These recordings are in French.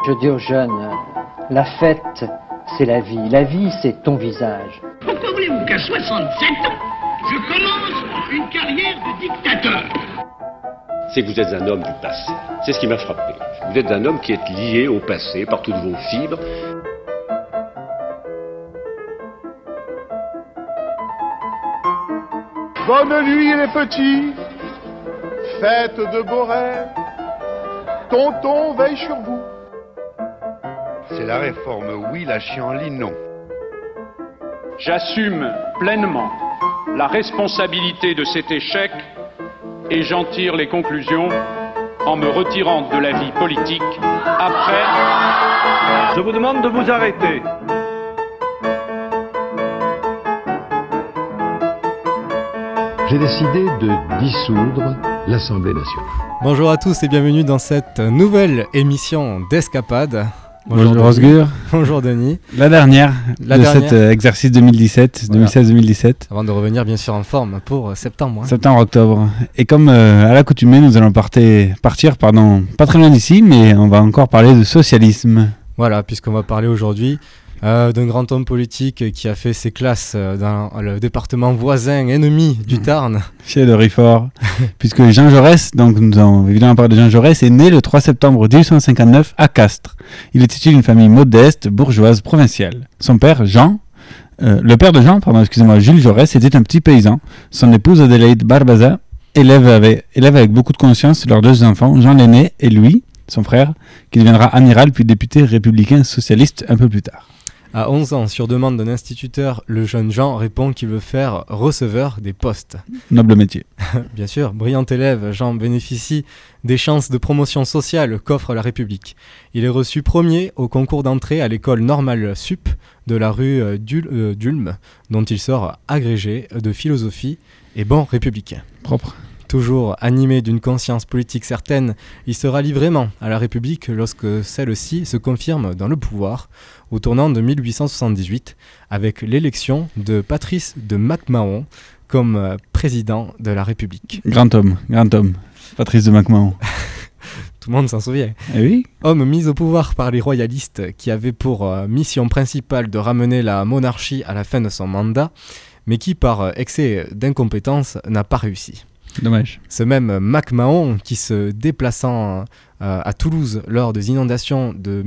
Je dis aux jeunes, la fête, c'est la vie c'est ton visage. Pourquoi voulez-vous qu'à 67 ans, je commence une carrière de dictateur? C'est que vous êtes un homme du passé. C'est ce qui m'a frappé. Vous êtes un homme qui est lié au passé par toutes vos fibres. Bonne nuit les petits, faites de beaux rêves, tonton veille sur vous. C'est la réforme, oui, la chienlit, non. J'assume pleinement la responsabilité de cet échec et j'en tire les conclusions en me retirant de la vie politique après. Je vous demande de vous arrêter. J'ai décidé de dissoudre l'Assemblée nationale. Bonjour à tous et bienvenue dans cette nouvelle émission d'Escapade. Bonjour Osgur. Bonjour Denis. La dernière cet exercice 2016-2017. Avant de revenir bien sûr en forme pour septembre. Septembre-octobre. Et comme à l'accoutumée, nous allons partir pas très loin d'ici, mais on va encore parler de socialisme. Voilà, puisqu'on va parler aujourd'hui d'un grand homme politique qui a fait ses classes dans le département voisin ennemi du Tarn. Chez le Rifort. Puisque Jean Jaurès, donc nous allons évidemment parler de Jean Jaurès, est né le 3 septembre 1859 à Castres. Il est issu d'une famille modeste, bourgeoise, provinciale. Son père, le père de Jean, Jules Jaurès, était un petit paysan. Son épouse Adélaïde Barbaza élève avec beaucoup de conscience leurs deux enfants, Jean l'aîné et lui, son frère, qui deviendra amiral puis député républicain socialiste un peu plus tard. À 11 ans, sur demande d'un instituteur, le jeune Jean répond qu'il veut faire receveur des postes. Noble métier. Bien sûr, brillant élève, Jean bénéficie des chances de promotion sociale qu'offre la République. Il est reçu premier au concours d'entrée à l'école normale sup de la rue d'Ulm, dont il sort agrégé de philosophie et bon républicain. Propre. Toujours animé d'une conscience politique certaine, il se rallie vraiment à la République lorsque celle-ci se confirme dans le pouvoir au tournant de 1878 avec l'élection de Patrice de MacMahon comme président de la République. Grand homme, Patrice de MacMahon. Tout le monde s'en souvient. Eh oui. Homme mis au pouvoir par les royalistes qui avaient pour mission principale de ramener la monarchie à la fin de son mandat, mais qui par excès d'incompétence n'a pas réussi. Dommage. Ce même MacMahon qui se déplaçant à Toulouse lors des inondations de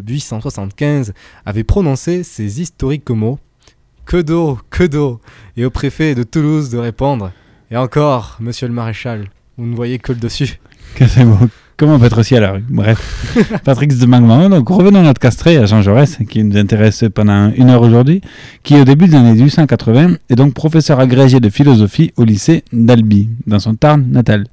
1875 avait prononcé ces historiques mots « Que d'eau, et au préfet de Toulouse de répondre « Et encore, monsieur le maréchal, vous ne voyez que le dessus ». Que c'est beau. Comment on peut être aussi à la rue? Bref, Patrice de MacMahon. Donc revenons à notre castré, à Jean Jaurès, qui nous intéresse pendant une heure aujourd'hui, qui au début des années 1880 est donc professeur agrégé de philosophie au lycée d'Albi, dans son Tarn natal.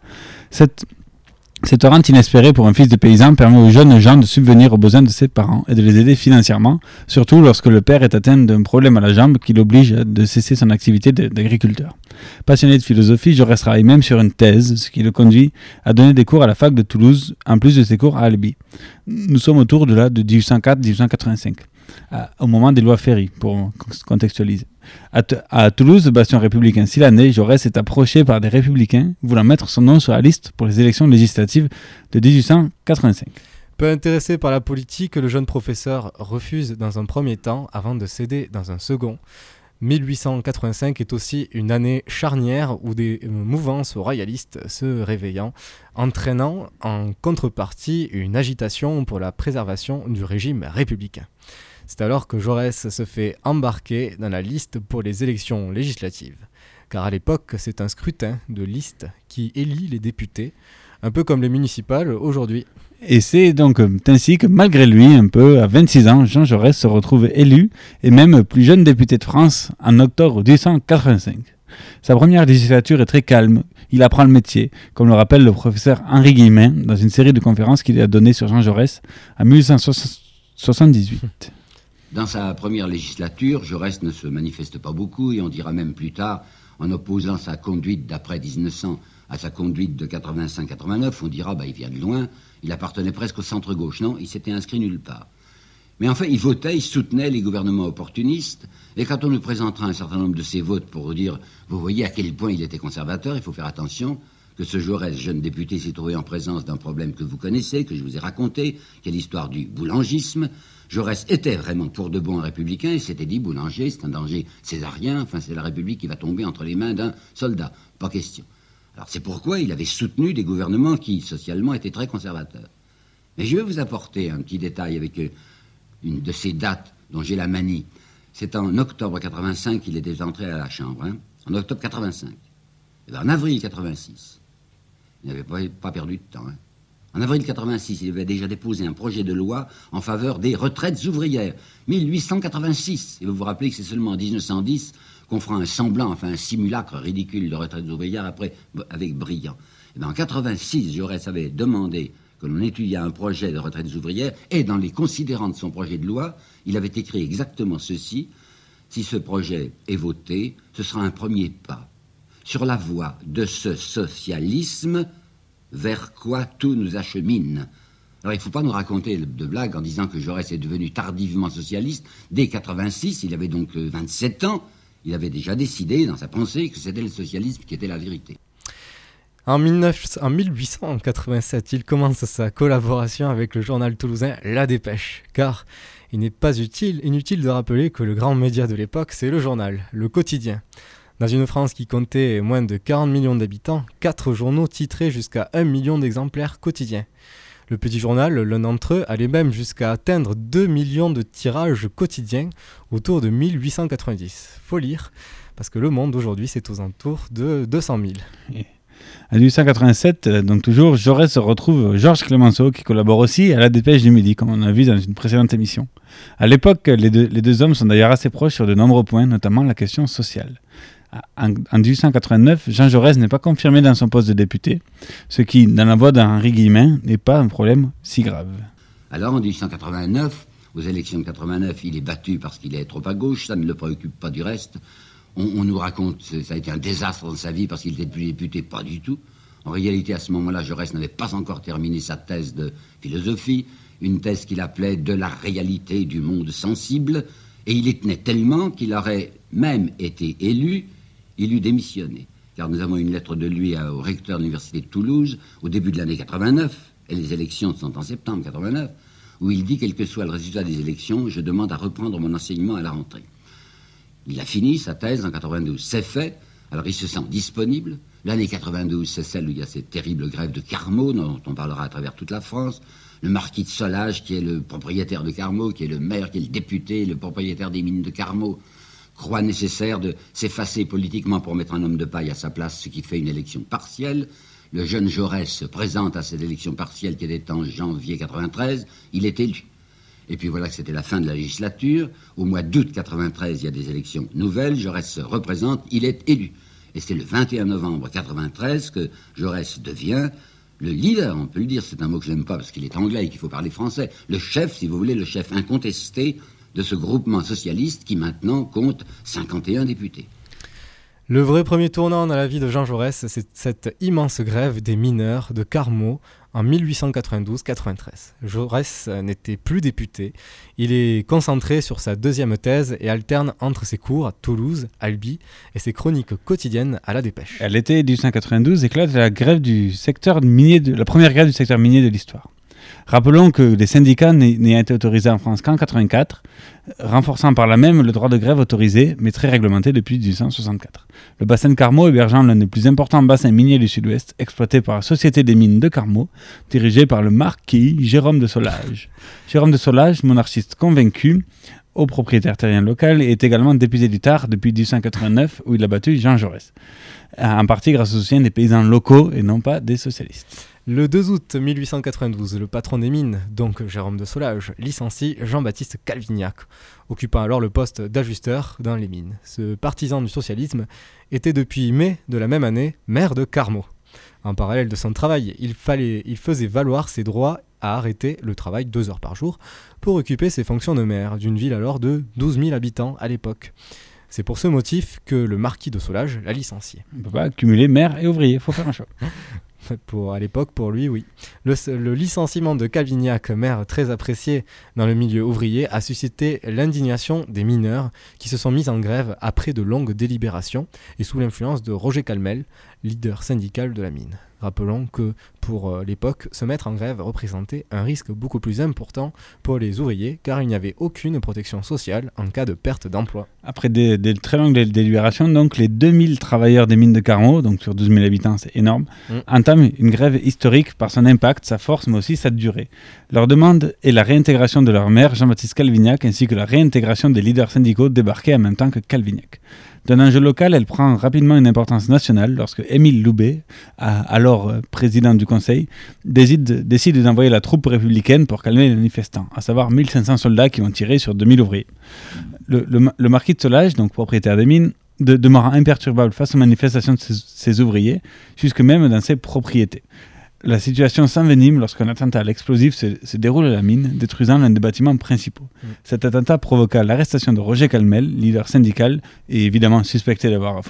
Cette rente inespérée pour un fils de paysan permet aux jeunes gens de subvenir aux besoins de ses parents et de les aider financièrement, surtout lorsque le père est atteint d'un problème à la jambe qui l'oblige de cesser son activité d'agriculteur. Passionné de philosophie, Jaurès travaille même sur une thèse, ce qui le conduit à donner des cours à la fac de Toulouse, en plus de ses cours à Albi. Nous sommes autour de 1804-1885, au moment des lois Ferry, pour contextualiser. À Toulouse, bastion républicain s'il en est, Jaurès est approché par des républicains voulant mettre son nom sur la liste pour les élections législatives de 1885. Peu intéressé par la politique, le jeune professeur refuse dans un premier temps avant de céder dans un second. 1885 est aussi une année charnière où des mouvances royalistes se réveillant, entraînant en contrepartie une agitation pour la préservation du régime républicain. C'est alors que Jaurès se fait embarquer dans la liste pour les élections législatives. Car à l'époque, c'est un scrutin de liste qui élit les députés, un peu comme les municipales aujourd'hui. Et c'est donc ainsi que malgré lui, un peu à 26 ans, Jean Jaurès se retrouve élu et même plus jeune député de France en octobre 1885. Sa première législature est très calme, il apprend le métier, comme le rappelle le professeur Henri Guillemin dans une série de conférences qu'il a données sur Jean Jaurès en 1878. Dans sa première législature, Jaurès ne se manifeste pas beaucoup et on dira même plus tard, en opposant sa conduite d'après 1900 à sa conduite de 85-89, on dira il vient de loin, il appartenait presque au centre-gauche. Non, il s'était inscrit nulle part. Mais enfin, il votait, il soutenait les gouvernements opportunistes, et quand on nous présentera un certain nombre de ses votes pour dire, vous voyez à quel point il était conservateur, il faut faire attention que ce Jaurès, jeune député, s'est trouvé en présence d'un problème que vous connaissez, que je vous ai raconté, qui est l'histoire du boulangisme. Jaurès était vraiment pour de bon un républicain et s'était dit, boulanger, c'est un danger césarien, enfin c'est la République qui va tomber entre les mains d'un soldat. Pas question. Alors c'est pourquoi il avait soutenu des gouvernements qui, socialement, étaient très conservateurs. Mais je vais vous apporter un petit détail avec une de ces dates dont j'ai la manie. C'est en octobre 85 qu'il était entré à la Chambre, hein, en octobre 85. Et bien, en avril 86, il n'avait pas perdu de temps. Hein. En avril 86, il avait déjà déposé un projet de loi en faveur des retraites ouvrières. 1886. Et vous vous rappelez que c'est seulement en 1910 qu'on fera un semblant, enfin un simulacre ridicule de retraites ouvrières après, avec Briand. Et bien, en 86, Jaurès avait demandé que l'on étudiait un projet de retraites ouvrières et dans les considérants de son projet de loi, il avait écrit exactement ceci. Si ce projet est voté, ce sera un premier pas sur la voie de ce socialisme vers quoi tout nous achemine. Alors il ne faut pas nous raconter de blagues en disant que Jaurès est devenu tardivement socialiste. Dès 86, il avait donc 27 ans, il avait déjà décidé dans sa pensée que c'était le socialisme qui était la vérité. En 1887, il commence sa collaboration avec le journal toulousain La Dépêche, car il n'est pas inutile de rappeler que le grand média de l'époque, c'est le journal, le quotidien. Dans une France qui comptait moins de 40 millions d'habitants, 4 journaux titraient jusqu'à 1 million d'exemplaires quotidiens. Le petit journal, l'un d'entre eux, allait même jusqu'à atteindre 2 millions de tirages quotidiens autour de 1890. Faut lire, parce que Le Monde aujourd'hui, c'est aux alentours de 200 000. En 1887, donc toujours, Jaurès retrouve Georges Clemenceau qui collabore aussi à La Dépêche du Midi, comme on a vu dans une précédente émission. À l'époque, les deux hommes sont d'ailleurs assez proches sur de nombreux points, notamment la question sociale. En 1889, Jean Jaurès n'est pas confirmé dans son poste de député, ce qui, dans la voix d'Henri Guillemin, n'est pas un problème si grave. Alors en 1889, aux élections de 89, il est battu parce qu'il est trop à gauche, ça ne le préoccupe pas du reste. On nous raconte que ça a été un désastre dans sa vie parce qu'il n'était plus député, pas du tout. En réalité, à ce moment-là, Jaurès n'avait pas encore terminé sa thèse de philosophie, une thèse qu'il appelait « De la réalité du monde sensible », et il y tenait tellement qu'il aurait même été élu, il eût démissionné. Car nous avons une lettre de lui au recteur de l'université de Toulouse, au début de l'année 89, et les élections sont en septembre 89, où il dit « Quel que soit le résultat des élections, je demande à reprendre mon enseignement à la rentrée ». Il a fini sa thèse en 92, c'est fait, alors il se sent disponible. L'année 92, c'est celle où il y a cette terrible grève de Carmaux, dont on parlera à travers toute la France. Le marquis de Solage, qui est le propriétaire de Carmaux, qui est le maire, qui est le député, le propriétaire des mines de Carmaux, croit nécessaire de s'effacer politiquement pour mettre un homme de paille à sa place, ce qui fait une élection partielle. Le jeune Jaurès se présente à cette élection partielle qui était en janvier 93, il est élu. Et puis voilà que c'était la fin de la législature. Au mois d'août 93, il y a des élections nouvelles. Jaurès se représente, il est élu. Et c'est le 21 novembre 93 que Jaurès devient le leader, on peut le dire. C'est un mot que je n'aime pas parce qu'il est anglais et qu'il faut parler français. Le chef, si vous voulez, le chef incontesté de ce groupement socialiste qui maintenant compte 51 députés. Le vrai premier tournant dans la vie de Jean Jaurès, c'est cette immense grève des mineurs de Carmaux en 1892-93. Jaurès n'était plus député. Il est concentré sur sa deuxième thèse et alterne entre ses cours à Toulouse, Albi et ses chroniques quotidiennes à La Dépêche. À l'été 1892 éclate la grève du secteur minier, la première grève du secteur minier de l'histoire. Rappelons que les syndicats n'aient été autorisés en France qu'en 1984, renforçant par là même le droit de grève autorisé, mais très réglementé depuis 1864. Le bassin de Carmaux hébergeant l'un des plus importants bassins miniers du Sud-Ouest, exploité par la Société des mines de Carmaux, dirigée par le marquis Jérôme de Solage. Jérôme de Solage, monarchiste convaincu, au propriétaire terrien local, est également député du Tarn depuis 1889, où il a battu Jean Jaurès. En partie grâce au soutien des paysans locaux et non pas des socialistes. Le 2 août 1892, le patron des mines, donc Jérôme de Solage, licencie Jean-Baptiste Calvignac, occupant alors le poste d'ajusteur dans les mines. Ce partisan du socialisme était depuis mai de la même année maire de Carmaux. En parallèle de son travail, il faisait valoir ses droits à arrêter le travail 2 heures par jour pour occuper ses fonctions de maire d'une ville alors de 12 000 habitants à l'époque. C'est pour ce motif que le marquis de Solage l'a licencié. On ne peut pas cumuler maire et ouvrier, il faut faire un choix. À l'époque, pour lui, oui. Le licenciement de Calvignac, maire très apprécié dans le milieu ouvrier, a suscité l'indignation des mineurs qui se sont mis en grève après de longues délibérations et sous l'influence de Roger Calmel, leader syndical de la mine. Rappelons que pour l'époque, se mettre en grève représentait un risque beaucoup plus important pour les ouvriers car il n'y avait aucune protection sociale en cas de perte d'emploi. Après des très longues délibérations, donc les 2000 travailleurs des mines de Carmaux, donc sur 12 000 habitants, c'est énorme, entament une grève historique par son impact, sa force, mais aussi sa durée. Leur demande est la réintégration de leur maire, Jean-Baptiste Calvignac, ainsi que la réintégration des leaders syndicaux débarqués en même temps que Calvignac. D'un enjeu local, elle prend rapidement une importance nationale lorsque Émile Loubet, alors président du Conseil, décide d'envoyer la troupe républicaine pour calmer les manifestants, à savoir 1500 soldats qui vont tirer sur 2000 ouvriers. Le marquis de Solages, donc propriétaire des mines, demeura imperturbable face aux manifestations de ses ouvriers, jusque même dans ses propriétés. La situation s'envenime lorsqu'un attentat à l'explosif se déroule à la mine, détruisant l'un des bâtiments principaux. Cet attentat provoqua l'arrestation de Roger Calmel, leader syndical, et évidemment suspecté d'avoir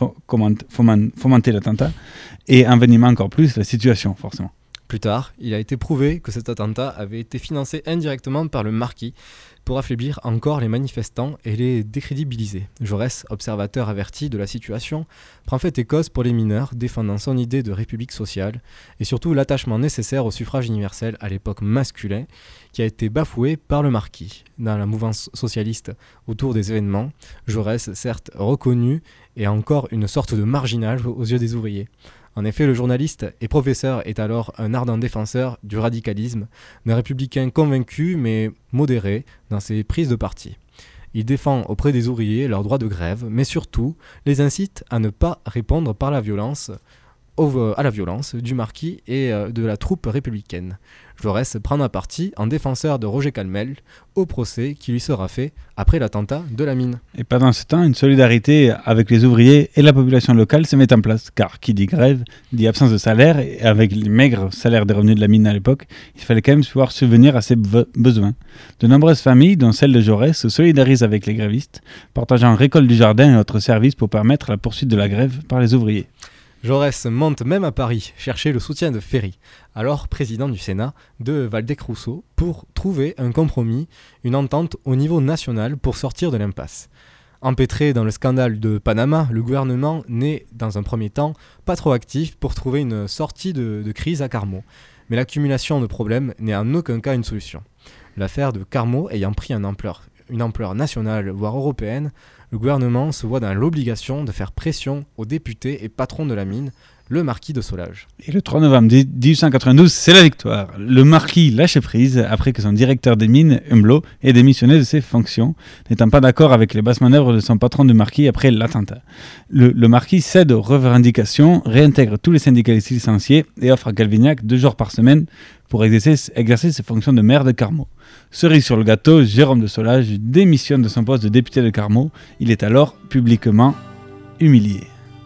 fomenté l'attentat, et envenima encore plus la situation, forcément. Plus tard, il a été prouvé que cet attentat avait été financé indirectement par le marquis pour affaiblir encore les manifestants et les décrédibiliser. Jaurès, observateur averti de la situation, prend fait et cause pour les mineurs, défendant son idée de république sociale et surtout l'attachement nécessaire au suffrage universel à l'époque masculin qui a été bafoué par le marquis. Dans la mouvance socialiste autour des événements, Jaurès, certes reconnu, est encore une sorte de marginal aux yeux des ouvriers. En effet, le journaliste et professeur est alors un ardent défenseur du radicalisme, d'un républicain convaincu mais modéré dans ses prises de parti. Il défend auprès des ouvriers leur droit de grève, mais surtout les incite à ne pas répondre par la violence à la violence du marquis et de la troupe républicaine. Jaurès prendra parti en défenseur de Roger Calmel au procès qui lui sera fait après l'attentat de la mine. Et pendant ce temps, une solidarité avec les ouvriers et la population locale se met en place, car qui dit grève dit absence de salaire, et avec les maigres salaires des revenus de la mine à l'époque, il fallait quand même pouvoir subvenir à ses besoins. De nombreuses familles, dont celle de Jaurès, se solidarisent avec les grévistes, partageant récolte du jardin et autres services pour permettre la poursuite de la grève par les ouvriers. Jaurès monte même à Paris chercher le soutien de Ferry, alors président du Sénat, de Waldeck-Rousseau, pour trouver un compromis, une entente au niveau national pour sortir de l'impasse. Empêtré dans le scandale de Panama, le gouvernement n'est, dans un premier temps, pas trop actif pour trouver une sortie de crise à Carmaux. Mais l'accumulation de problèmes n'est en aucun cas une solution. L'affaire de Carmaux ayant pris une ampleur nationale, voire européenne, le gouvernement se voit dans l'obligation de faire pression aux députés et patrons de la mine, le marquis de Solages. Et le 3 novembre 1892, c'est la victoire. Le marquis lâche prise après que son directeur des mines, Humblot, ait démissionné de ses fonctions, n'étant pas d'accord avec les basses manœuvres de son patron du marquis après l'attentat. Le marquis cède aux revendications, réintègre tous les syndicalistes licenciés et offre à Calvignac 2 jours par semaine pour exercer ses fonctions de maire de Carmaux. Cerise sur le gâteau, Jérôme de Solages démissionne de son poste de député de Carmaux. Il est alors publiquement humilié.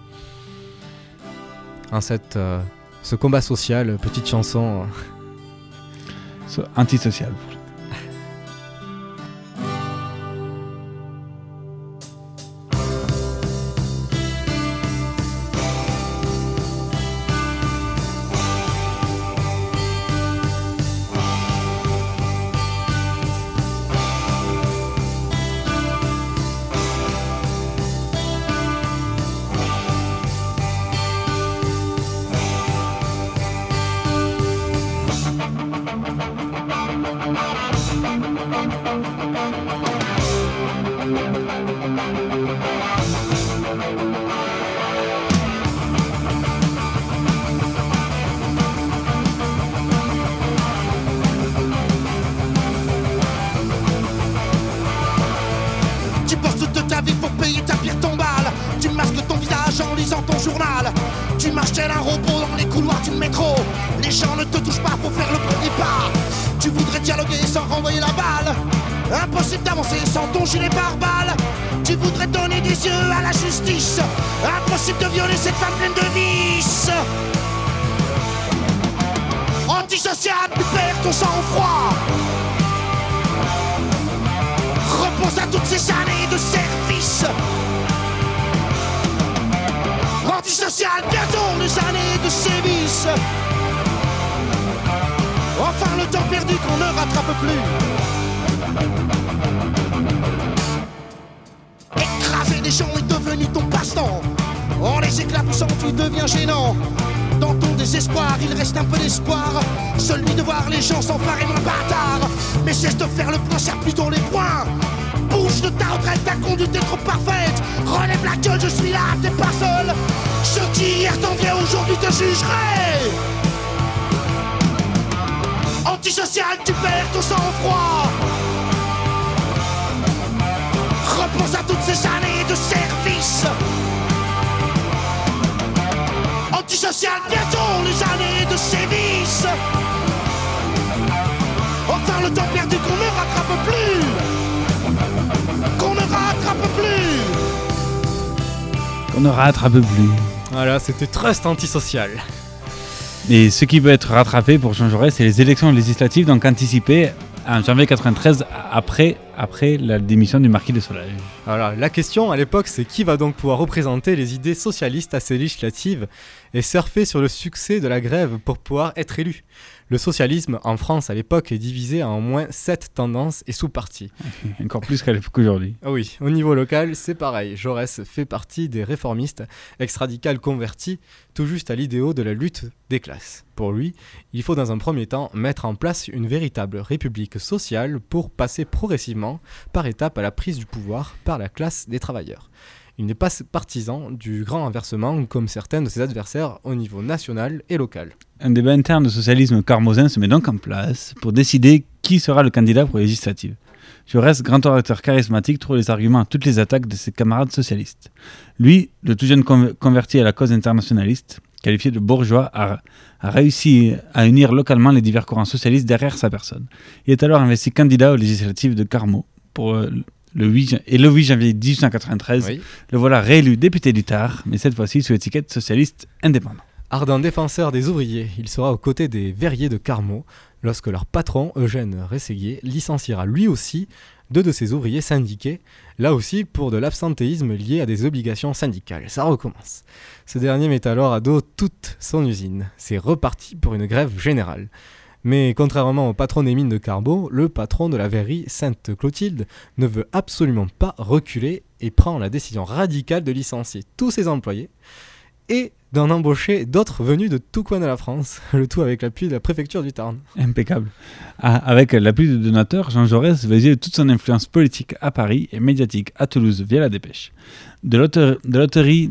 En ce combat social, petite chanson antisociale. Tu marches tel un robot dans les couloirs du métro. Les gens ne te touchent pas pour faire le premier pas. Tu voudrais dialoguer sans renvoyer la balle. Impossible d'avancer sans ton gilet pare-balles. Tu voudrais donner des yeux à la justice. Impossible de violer cette femme pleine de vices. Antisocial, tu perds ton sang-froid. Repose à toutes ces années de service. Antisocial, bientôt les années de sévices. Enfin le temps perdu qu'on ne rattrape plus. Écraser des gens est devenu ton passe-temps. On les éclats poussants, tu deviens gênant. Dans ton désespoir, il reste un peu d'espoir, celui de voir les gens s'emparer mon bâtard. Mais cesse de faire le point, serre plutôt les poings. Bouge de ta retraite, ta conduite est trop parfaite. Relève la gueule, je suis là, t'es pas seul. Ceux qui hier t'enviaient, aujourd'hui te jugeraient. Antisocial, tu perds ton sang-froid. Repense à toutes ces années de service. Antisocial, bientôt les années de sévices. Enfin le temps perdu qu'on ne rattrape plus. Qu'on ne rattrape plus. Qu'on ne rattrape plus. Voilà, c'était Trust Antisocial. Et ce qui peut être rattrapé pour Jean Jaurès, c'est les élections législatives, donc anticipées en janvier 93, après la démission du marquis de Solage. Alors, la question à l'époque, c'est qui va donc pouvoir représenter les idées socialistes à ces législatives et surfer sur le succès de la grève pour pouvoir être élu. Le socialisme en France à l'époque est divisé en au moins 7 tendances et sous-partis. Encore plus qu'à l'époque aujourd'hui. Ah oui, au niveau local, c'est pareil. Jaurès fait partie des réformistes ex-radicales convertis, tout juste à l'idéal de la lutte des classes. Pour lui, il faut dans un premier temps mettre en place une véritable république sociale pour passer progressivement par étapes à la prise du pouvoir par la classe des travailleurs. Il n'est pas partisan du grand inversement comme certains de ses adversaires au niveau national et local. Un débat interne de socialisme carmosin se met donc en place pour décider qui sera le candidat pour les législatives. Jaurès, grand orateur charismatique, trouve les arguments à toutes les attaques de ses camarades socialistes. Lui, le tout jeune converti à la cause internationaliste, qualifié de bourgeois, a réussi à unir localement les divers courants socialistes derrière sa personne. Il est alors investi candidat aux législatives de Carmaux pour le 8 janvier 1893. Oui. Le voilà réélu député du Tarn, mais cette fois-ci sous étiquette socialiste indépendant. Ardent défenseur des ouvriers, il sera aux côtés des verriers de Carmaux lorsque leur patron, Eugène Rességuier, licenciera lui aussi 2 de ses ouvriers syndiqués, là aussi pour de l'absentéisme lié à des obligations syndicales. Ça recommence. Ce dernier met alors à dos toute son usine. C'est reparti pour une grève générale. Mais contrairement au patron des mines de Carmaux, le patron de la verrerie Sainte-Clotilde ne veut absolument pas reculer et prend la décision radicale de licencier tous ses employés et d'en embaucher d'autres venus de tout coin de la France, le tout avec l'appui de la préfecture du Tarn. Impeccable. Avec l'appui de donateurs, Jean Jaurès va user toute son influence politique à Paris et médiatique à Toulouse via la Dépêche. Des loteries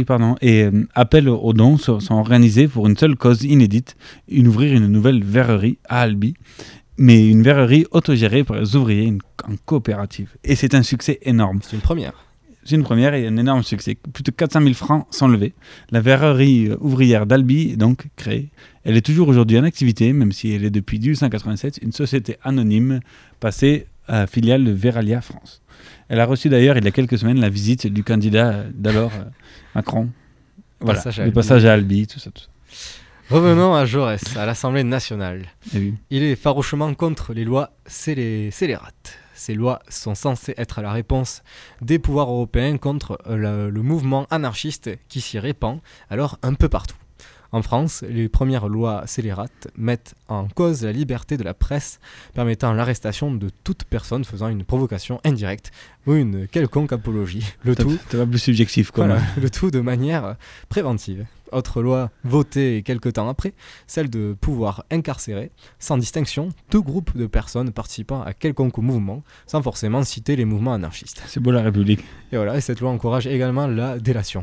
et appels aux dons sont organisés pour une seule cause inédite, ouvrir une nouvelle verrerie à Albi, mais une verrerie autogérée par les ouvriers en coopérative. Et c'est un succès énorme. C'est une première. C'est une première et un énorme succès. Plus de 400 000 francs sont levés. La verrerie ouvrière d'Albi est donc créée. Elle est toujours aujourd'hui en activité, même si elle est depuis 1887 une société anonyme passée à filiale de Veralia France. Elle a reçu d'ailleurs il y a quelques semaines la visite du candidat d'alors, Macron. Voilà, le passage à Albi, tout ça. Revenons à Jaurès, à l'Assemblée nationale. Oui. Il est farouchement contre les lois scélérates. Ces lois sont censées être la réponse des pouvoirs européens contre le mouvement anarchiste qui s'y répand alors un peu partout. En France, les premières lois scélérates mettent en cause la liberté de la presse, permettant l'arrestation de toute personne faisant une provocation indirecte ou une quelconque apologie. T'es pas plus subjectif, quoi. Voilà, le tout de manière préventive. Autre loi votée quelques temps après, celle de pouvoir incarcérer, sans distinction, tout groupe de personnes participant à quelconque mouvement, sans forcément citer les mouvements anarchistes. C'est beau la République. Et voilà, et cette loi encourage également la délation.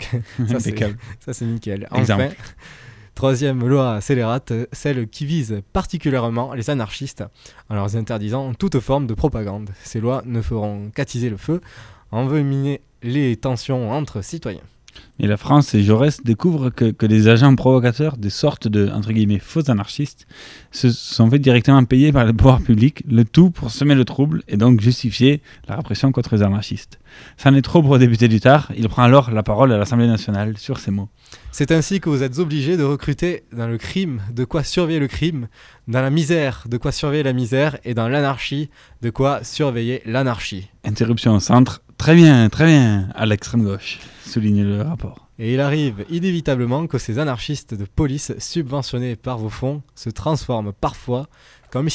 ça c'est nickel. Exemple. Enfin, troisième loi scélérate, celle qui vise particulièrement les anarchistes, en leur interdisant toute forme de propagande. Ces lois ne feront qu'attiser le feu, envenimer les tensions entre citoyens. Et la France et Jaurès découvrent que des agents provocateurs, des sortes de, entre guillemets, faux anarchistes, se sont fait directement payer par le pouvoir public, le tout pour semer le trouble et donc justifier la répression contre les anarchistes. Ça en est trop pour le député du Tarn, il prend alors la parole à l'Assemblée nationale sur ces mots. C'est ainsi que vous êtes obligés de recruter dans le crime de quoi surveiller le crime, dans la misère de quoi surveiller la misère et dans l'anarchie de quoi surveiller l'anarchie. Interruption au centre. Très bien, à l'extrême gauche, souligne le rapport. Et il arrive inévitablement que ces anarchistes de police subventionnés par vos fonds se transforment parfois, comme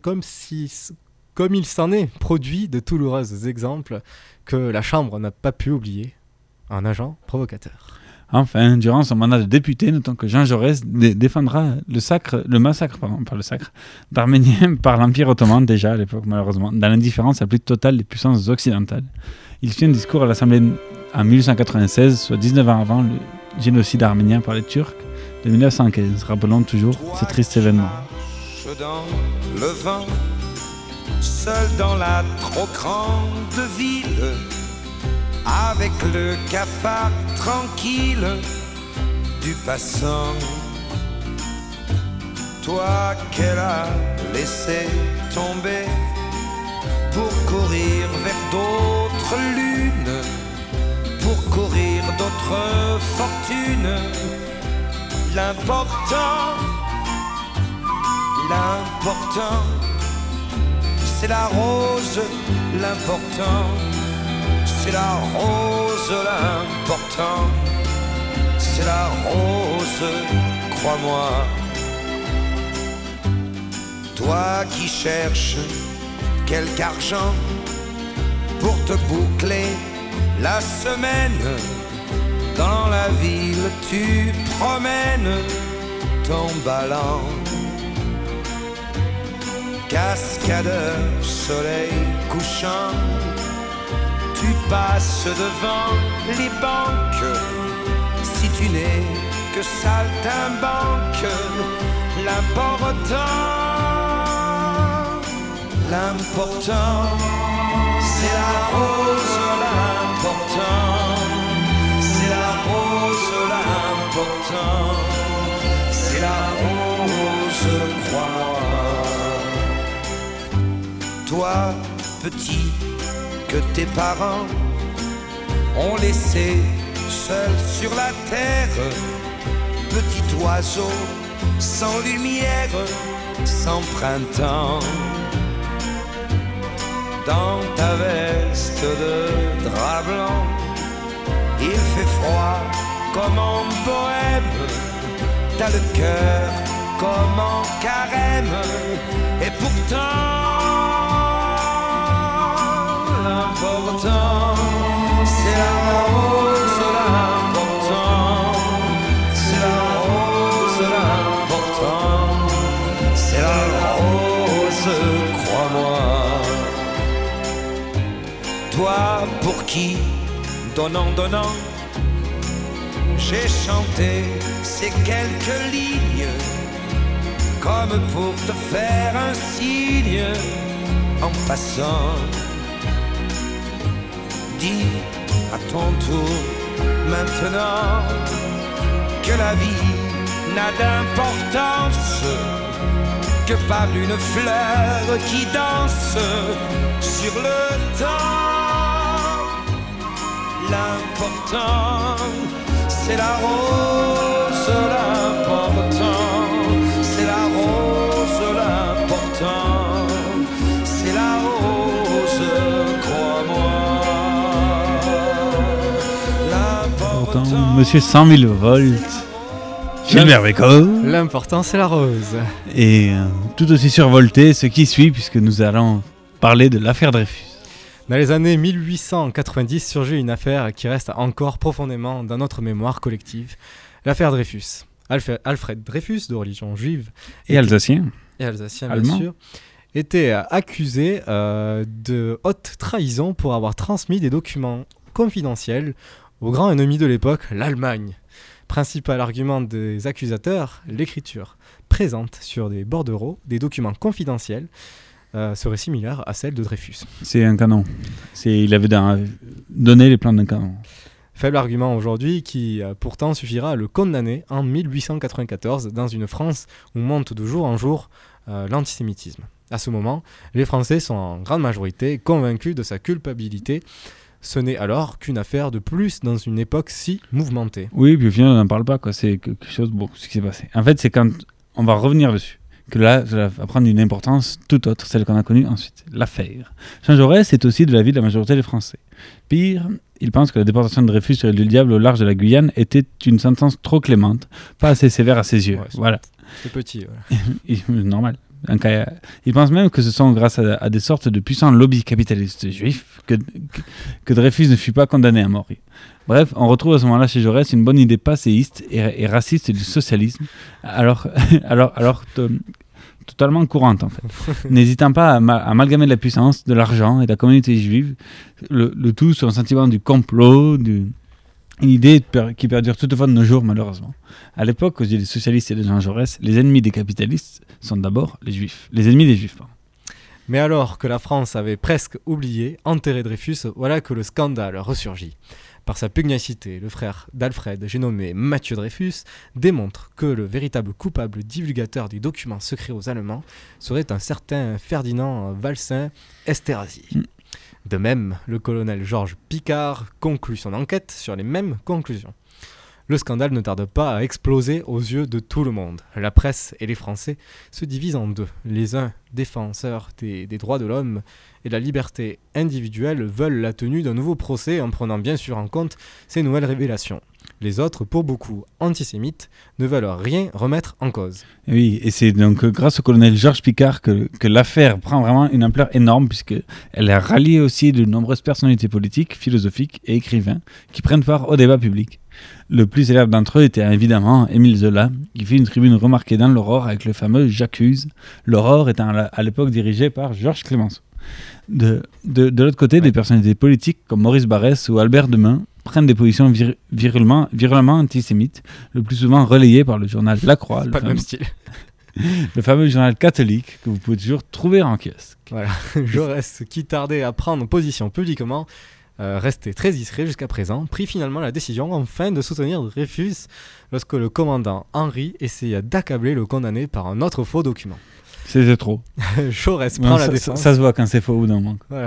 il s'en est produit de douloureux exemples que la Chambre n'a pas pu oublier, en agents provocateurs. Enfin, durant son mandat de député, notons que Jean Jaurès défendra le massacre d'Arméniens par l'Empire ottoman, déjà à l'époque malheureusement, dans l'indifférence la plus totale des puissances occidentales. Il fit un discours à l'Assemblée en 1896, soit 19 ans avant le génocide arménien par les Turcs de 1915. Rappelons toujours ce triste événement. Dans le vent, seul dans la trop grande ville, avec le cafard tranquille du passant. Toi qu'elle a laissé tomber pour courir vers d'autres lunes, pour courir d'autres fortunes. L'important, c'est la rose. L'important, c'est la rose. L'important, c'est la rose, crois-moi. Toi qui cherches quelque argent pour te boucler la semaine, dans la ville tu promènes ton ballon. Cascadeur, soleil couchant, tu passes devant les banques. Si tu n'es que saltimbanque, l'important, c'est la rose. L'important, c'est la rose. L'important, c'est la rose, crois-moi. Toi, petit, que tes parents ont laissé seul sur la terre, petit oiseau sans lumière, sans printemps. Dans ta veste de drap blanc, il fait froid comme en bohème. T'as le cœur comme en carême, et pourtant l'important, c'est la rose. L'important, c'est la rose. L'important, c'est la rose, crois-moi. Toi pour qui, donnant, j'ai chanté ces quelques lignes, comme pour te faire un signe en passant. Dis à ton tour maintenant que la vie n'a d'importance que par une fleur qui danse sur le temps. L'important, c'est la rose. L'important, c'est la rose. L'important, c'est la rose, crois-moi. L'important, monsieur 100 000 volts, Gilbert Bécaud. L'important, c'est la rose. Et tout aussi survolté, ce qui suit, puisque nous allons parler de l'affaire Dreyfus. Dans les années 1890 surgit une affaire qui reste encore profondément dans notre mémoire collective, l'affaire Dreyfus. Alfred Dreyfus, de religion juive et alsacien, bien sûr, était accusé de haute trahison pour avoir transmis des documents confidentiels au grand ennemi de l'époque, l'Allemagne. Principal argument des accusateurs, l'écriture présente sur des bordereaux des documents confidentiels serait similaire à celle de Dreyfus. C'est un canon. Il avait donné les plans d'un canon. Faible argument aujourd'hui qui pourtant suffira à le condamner en 1894 dans une France où monte de jour en jour l'antisémitisme. À ce moment, les Français sont en grande majorité convaincus de sa culpabilité. Ce n'est alors qu'une affaire de plus dans une époque si mouvementée. Oui, puis au final on n'en parle pas, quoi. C'est quelque chose, ce qui s'est passé. En fait, c'est quand on va revenir dessus que là, ça va prendre une importance tout autre, celle qu'on a connue ensuite, l'affaire. Jean Jaurès est aussi de l'avis de la majorité des Français. Pire, il pense que la déportation de Dreyfus sur l'île du Diable au large de la Guyane était une sentence trop clémente, pas assez sévère à ses yeux. Ouais, voilà. C'est petit. Voilà. Normal. Il pense même que ce sont grâce à des sortes de puissants lobbies capitalistes juifs que Dreyfus ne fut pas condamné à mort. Bref, on retrouve à ce moment-là chez Jaurès une bonne idée passéiste et raciste du socialisme, alors totalement courante en fait. N'hésitant pas à amalgamer de la puissance, de l'argent et de la communauté juive, le tout sur un sentiment du complot, une idée qui perdure toutefois de nos jours malheureusement. À l'époque, aux yeux des socialistes et de Jean Jaurès, les ennemis des capitalistes sont d'abord les juifs, les ennemis des juifs. Pardon. Mais alors que la France avait presque oublié, enterré Dreyfus, voilà que le scandale ressurgit. Par sa pugnacité, le frère d'Alfred, j'ai nommé Mathieu Dreyfus, démontre que le véritable coupable divulgateur des documents secrets aux Allemands serait un certain Ferdinand Walsin-Esterhazy. De même, le colonel Georges Picquart conclut son enquête sur les mêmes conclusions. Le scandale ne tarde pas à exploser aux yeux de tout le monde. La presse et les Français se divisent en deux. Les uns, défenseurs des droits de l'homme et de la liberté individuelle, veulent la tenue d'un nouveau procès en prenant bien sûr en compte ces nouvelles révélations. Les autres, pour beaucoup antisémites, ne veulent rien remettre en cause. Oui, et c'est donc grâce au colonel Georges Picquart que l'affaire prend vraiment une ampleur énorme, puisqu'elle a rallié aussi de nombreuses personnalités politiques, philosophiques et écrivains qui prennent part au débat public. Le plus célèbre d'entre eux était évidemment Émile Zola, qui fit une tribune remarquée dans l'Aurore avec le fameux « J'accuse », l'Aurore étant à l'époque dirigée par Georges Clemenceau. De l'autre côté, des personnalités politiques comme Maurice Barrès ou Albert Demain prennent des positions virulemment antisémites, le plus souvent relayées par le journal La Croix, le même style. Le fameux journal catholique que vous pouvez toujours trouver en kiosque. Voilà, Jaurès, qui tardait à prendre position publiquement, resté très discret jusqu'à présent, prit finalement la décision enfin de soutenir Dreyfus lorsque le commandant Henry essaya d'accabler le condamné par un autre faux document. C'était trop. Jaurès prend la défense. Ça se voit quand c'est faux ou non. Voilà.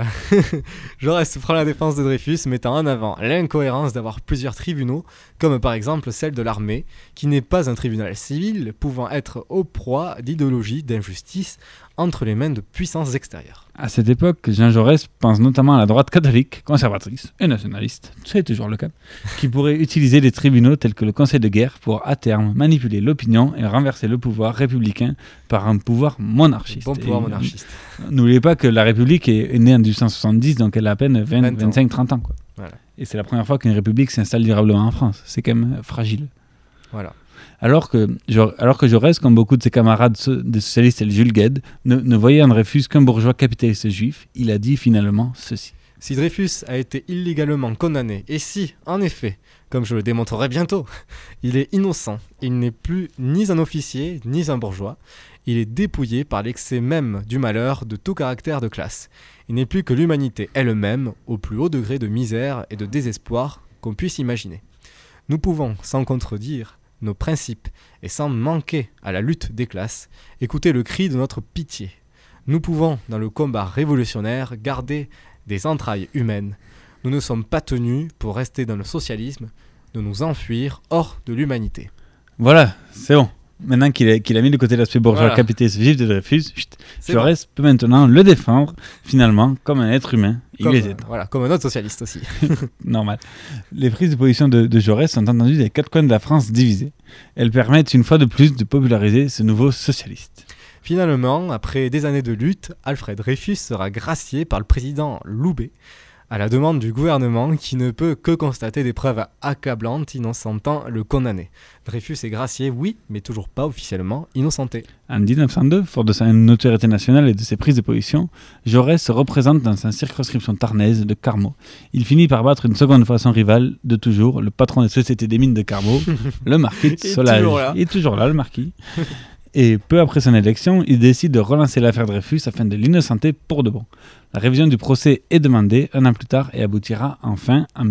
Jaurès prend la défense de Dreyfus, mettant en avant l'incohérence d'avoir plusieurs tribunaux, comme par exemple celle de l'armée, qui n'est pas un tribunal civil, pouvant être aux proies d'idéologie, d'injustice, entre les mains de puissances extérieures. À cette époque, Jean Jaurès pense notamment à la droite catholique, conservatrice et nationaliste, c'est toujours le cas, qui pourrait utiliser des tribunaux tels que le Conseil de guerre pour, à terme, manipuler l'opinion et renverser le pouvoir républicain par un pouvoir monarchiste. Bon pouvoir monarchiste. N'oubliez pas que la République est née en 1870, donc elle a à peine 25-30 ans. Quoi. Voilà. Et c'est la première fois qu'une république s'installe durablement en France. C'est quand même fragile. Voilà. Alors que Jaurès, comme beaucoup de ses camarades des socialistes et le Jules Guesde, ne voyait en Dreyfus qu'un bourgeois capitaliste juif, il a dit finalement ceci. Si Dreyfus a été illégalement condamné, et si, en effet, comme je le démontrerai bientôt, il est innocent, il n'est plus ni un officier, ni un bourgeois, il est dépouillé par l'excès même du malheur de tout caractère de classe. Il n'est plus que l'humanité elle-même, au plus haut degré de misère et de désespoir qu'on puisse imaginer. Nous pouvons, sans contredire nos principes et sans manquer à la lutte des classes, écouter le cri de notre pitié. Nous pouvons, dans le combat révolutionnaire, garder des entrailles humaines. Nous ne sommes pas tenus, pour rester dans le socialisme, de nous enfuir hors de l'humanité. Voilà, c'est bon. Maintenant qu'il a mis de côté l'aspect bourgeois capitaliste juif de Dreyfus, Jaurès peut maintenant le défendre, finalement, comme un être humain. Comme un autre socialiste aussi. Normal. Les prises de position de Jaurès sont entendues des quatre coins de la France divisés. Elles permettent une fois de plus de populariser ce nouveau socialiste. Finalement, après des années de lutte, Alfred Dreyfus sera gracié par le président Loubet, à la demande du gouvernement qui ne peut que constater des preuves accablantes innocentant le condamné. Dreyfus est gracié, oui, mais toujours pas officiellement innocenté. En 1902, fort de sa notoriété nationale et de ses prises de position, Jaurès se représente dans sa circonscription tarnaise de Carmaux. Il finit par battre une seconde fois son rival de toujours, le patron des sociétés des mines de Carmaux, le marquis de Solage. Il est toujours là, le marquis. Et peu après son élection, il décide de relancer l'affaire Dreyfus afin de l'innocenter pour de bon. La révision du procès est demandée un an plus tard et aboutira enfin en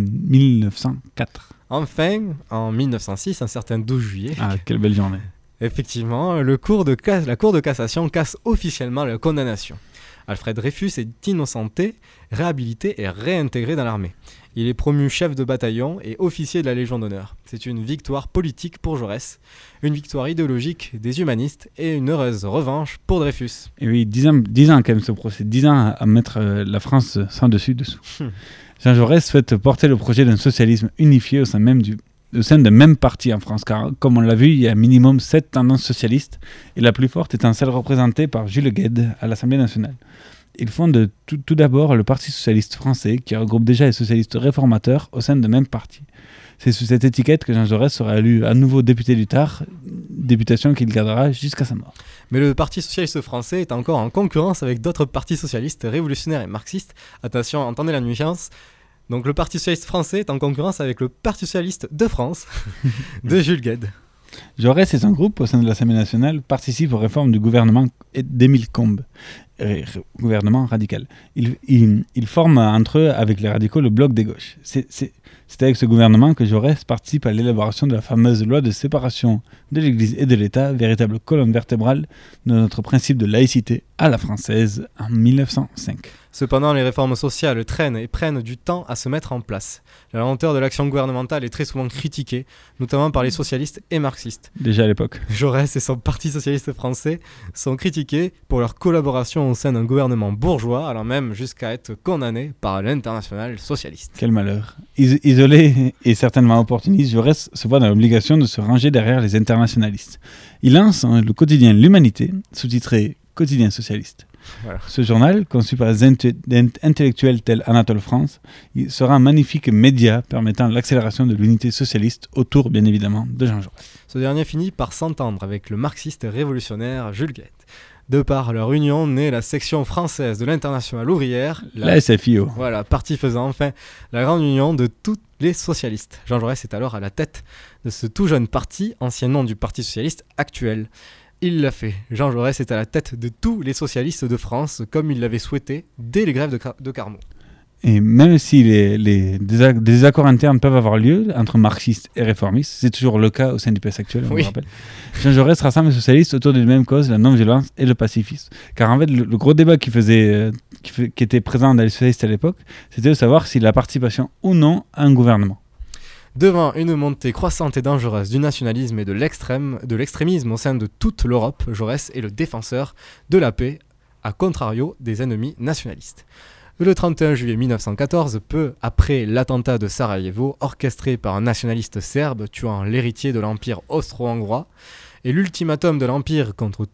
1904. Enfin, en 1906, un certain 12 juillet. Ah, quelle belle journée. Effectivement, la Cour de cassation casse officiellement la condamnation. Alfred Dreyfus est innocenté, réhabilité et réintégré dans l'armée. Il est promu chef de bataillon et officier de la Légion d'honneur. C'est une victoire politique pour Jaurès, une victoire idéologique des humanistes et une heureuse revanche pour Dreyfus. Et oui, 10 ans quand même ce procès, 10 ans à mettre la France sans dessus-dessous. Jean Jaurès souhaite porter le projet d'un socialisme unifié au sein même au sein d'un même parti en France, car comme on l'a vu, il y a minimum 7 tendances socialistes, et la plus forte étant celle représentée par Jules Guesde à l'Assemblée nationale. Ils fondent tout d'abord le Parti socialiste français, qui regroupe déjà les socialistes réformateurs au sein d'un même parti. C'est sous cette étiquette que Jean Jaurès sera élu à nouveau député du Tarn, députation qu'il gardera jusqu'à sa mort. Mais le Parti socialiste français est encore en concurrence avec d'autres partis socialistes révolutionnaires et marxistes. Attention, entendez la nuance. Donc le Parti socialiste français est en concurrence avec le Parti socialiste de France de Jules Guesde. Jaurès et son groupe au sein de l'Assemblée nationale participent aux réformes du gouvernement d'Émile Combes, gouvernement radical. Ils forment entre eux avec les radicaux le bloc des gauches. C'est avec ce gouvernement que Jaurès participe à l'élaboration de la fameuse loi de séparation de l'Église et de l'État, véritable colonne vertébrale de notre principe de laïcité à la française en 1905. Cependant, les réformes sociales traînent et prennent du temps à se mettre en place. La lenteur de l'action gouvernementale est très souvent critiquée, notamment par les socialistes et marxistes. Déjà à l'époque. Jaurès et son Parti socialiste français sont critiqués pour leur collaboration au sein d'un gouvernement bourgeois, allant même jusqu'à être condamnés par l'Internationale socialiste. Quel malheur. Isolé et certainement opportuniste, Jaurès se voit dans l'obligation de se ranger derrière les internationalistes. Il lance le quotidien L'Humanité, sous-titré Quotidien socialiste. Voilà. Ce journal, conçu par des intellectuels tels Anatole France, il sera un magnifique média permettant l'accélération de l'unité socialiste autour, bien évidemment, de Jean Jaurès. Ce dernier finit par s'entendre avec le marxiste révolutionnaire Jules Guesde. De par leur union naît la section française de l'Internationale ouvrière, la SFIO. Voilà, parti faisant enfin la grande union de tous les socialistes. Jean Jaurès est alors à la tête de ce tout jeune parti, ancien nom du Parti socialiste actuel. Il l'a fait. Jean Jaurès est à la tête de tous les socialistes de France, comme il l'avait souhaité dès les grèves de Carmaux. Et même si des désaccords internes peuvent avoir lieu entre marxistes et réformistes, c'est toujours le cas au sein du PS actuel, on le rappelle. Jean Jaurès rassemble les socialistes autour d'une même cause, la non-violence et le pacifisme. Car en fait, le gros débat qui était présent dans les socialistes à l'époque, c'était de savoir si la participation ou non à un gouvernement. Devant une montée croissante et dangereuse du nationalisme et de l'extrémisme au sein de toute l'Europe, Jaurès est le défenseur de la paix, à contrario des ennemis nationalistes. Le 31 juillet 1914, peu après l'attentat de Sarajevo, orchestré par un nationaliste serbe tuant l'héritier de l'Empire austro-hongrois, et l'ultimatum de l'Empire contre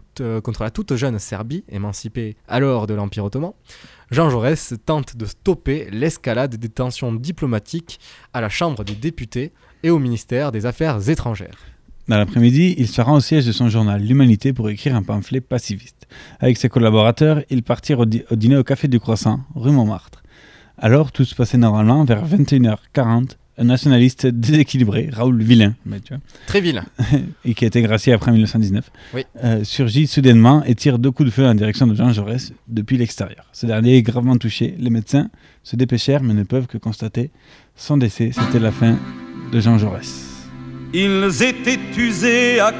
la toute jeune Serbie, émancipée alors de l'Empire ottoman, Jean Jaurès tente de stopper l'escalade des tensions diplomatiques à la Chambre des députés et au ministère des Affaires étrangères. Dans l'après-midi, il se rend au siège de son journal L'Humanité pour écrire un pamphlet pacifiste. Avec ses collaborateurs, ils partirent au dîner au Café du Croissant, rue Montmartre. Alors, tout se passait normalement. Vers 21h40, un nationaliste déséquilibré, Raoul Villain, très vilain, et qui a été gracié après 1919, oui. Surgit soudainement et tire 2 coups de feu en direction de Jean Jaurès depuis l'extérieur. Ce dernier est gravement touché. Les médecins se dépêchèrent mais ne peuvent que constater son décès. C'était la fin de Jean Jaurès. Ils étaient usés à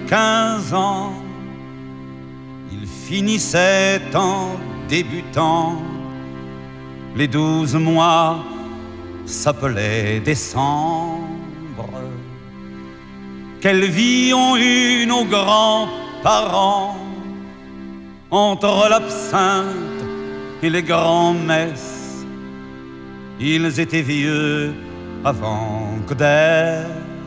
15 ans, ils finissaient en débutant, les 12 mois s'appelaient décembre. Quelle vie ont eu nos grands-parents entre l'absinthe et les grands-messes. Ils étaient vieux avant que d'être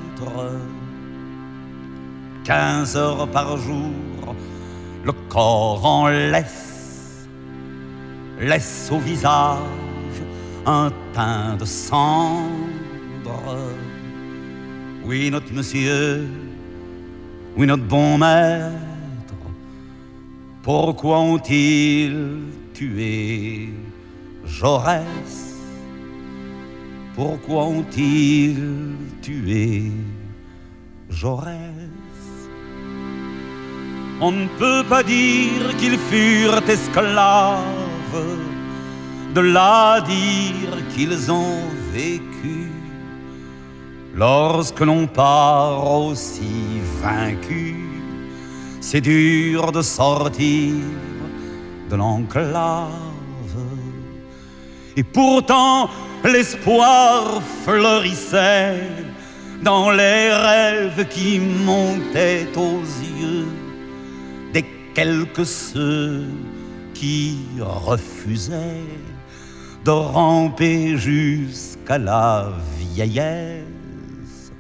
15 heures par jour, le corps en laisse au visage un teint de cendre. Oui, notre monsieur, oui, notre bon maître, pourquoi ont-ils tué Jaurès? Pourquoi ont-ils tué Jaurès? On ne peut pas dire qu'ils furent esclaves, de là dire qu'ils ont vécu. Lorsque l'on part aussi vaincu, c'est dur de sortir de l'enclave. Et pourtant, l'espoir fleurissait dans les rêves qui montaient aux yeux des quelques ceux qui refusaient de ramper jusqu'à la vieillesse.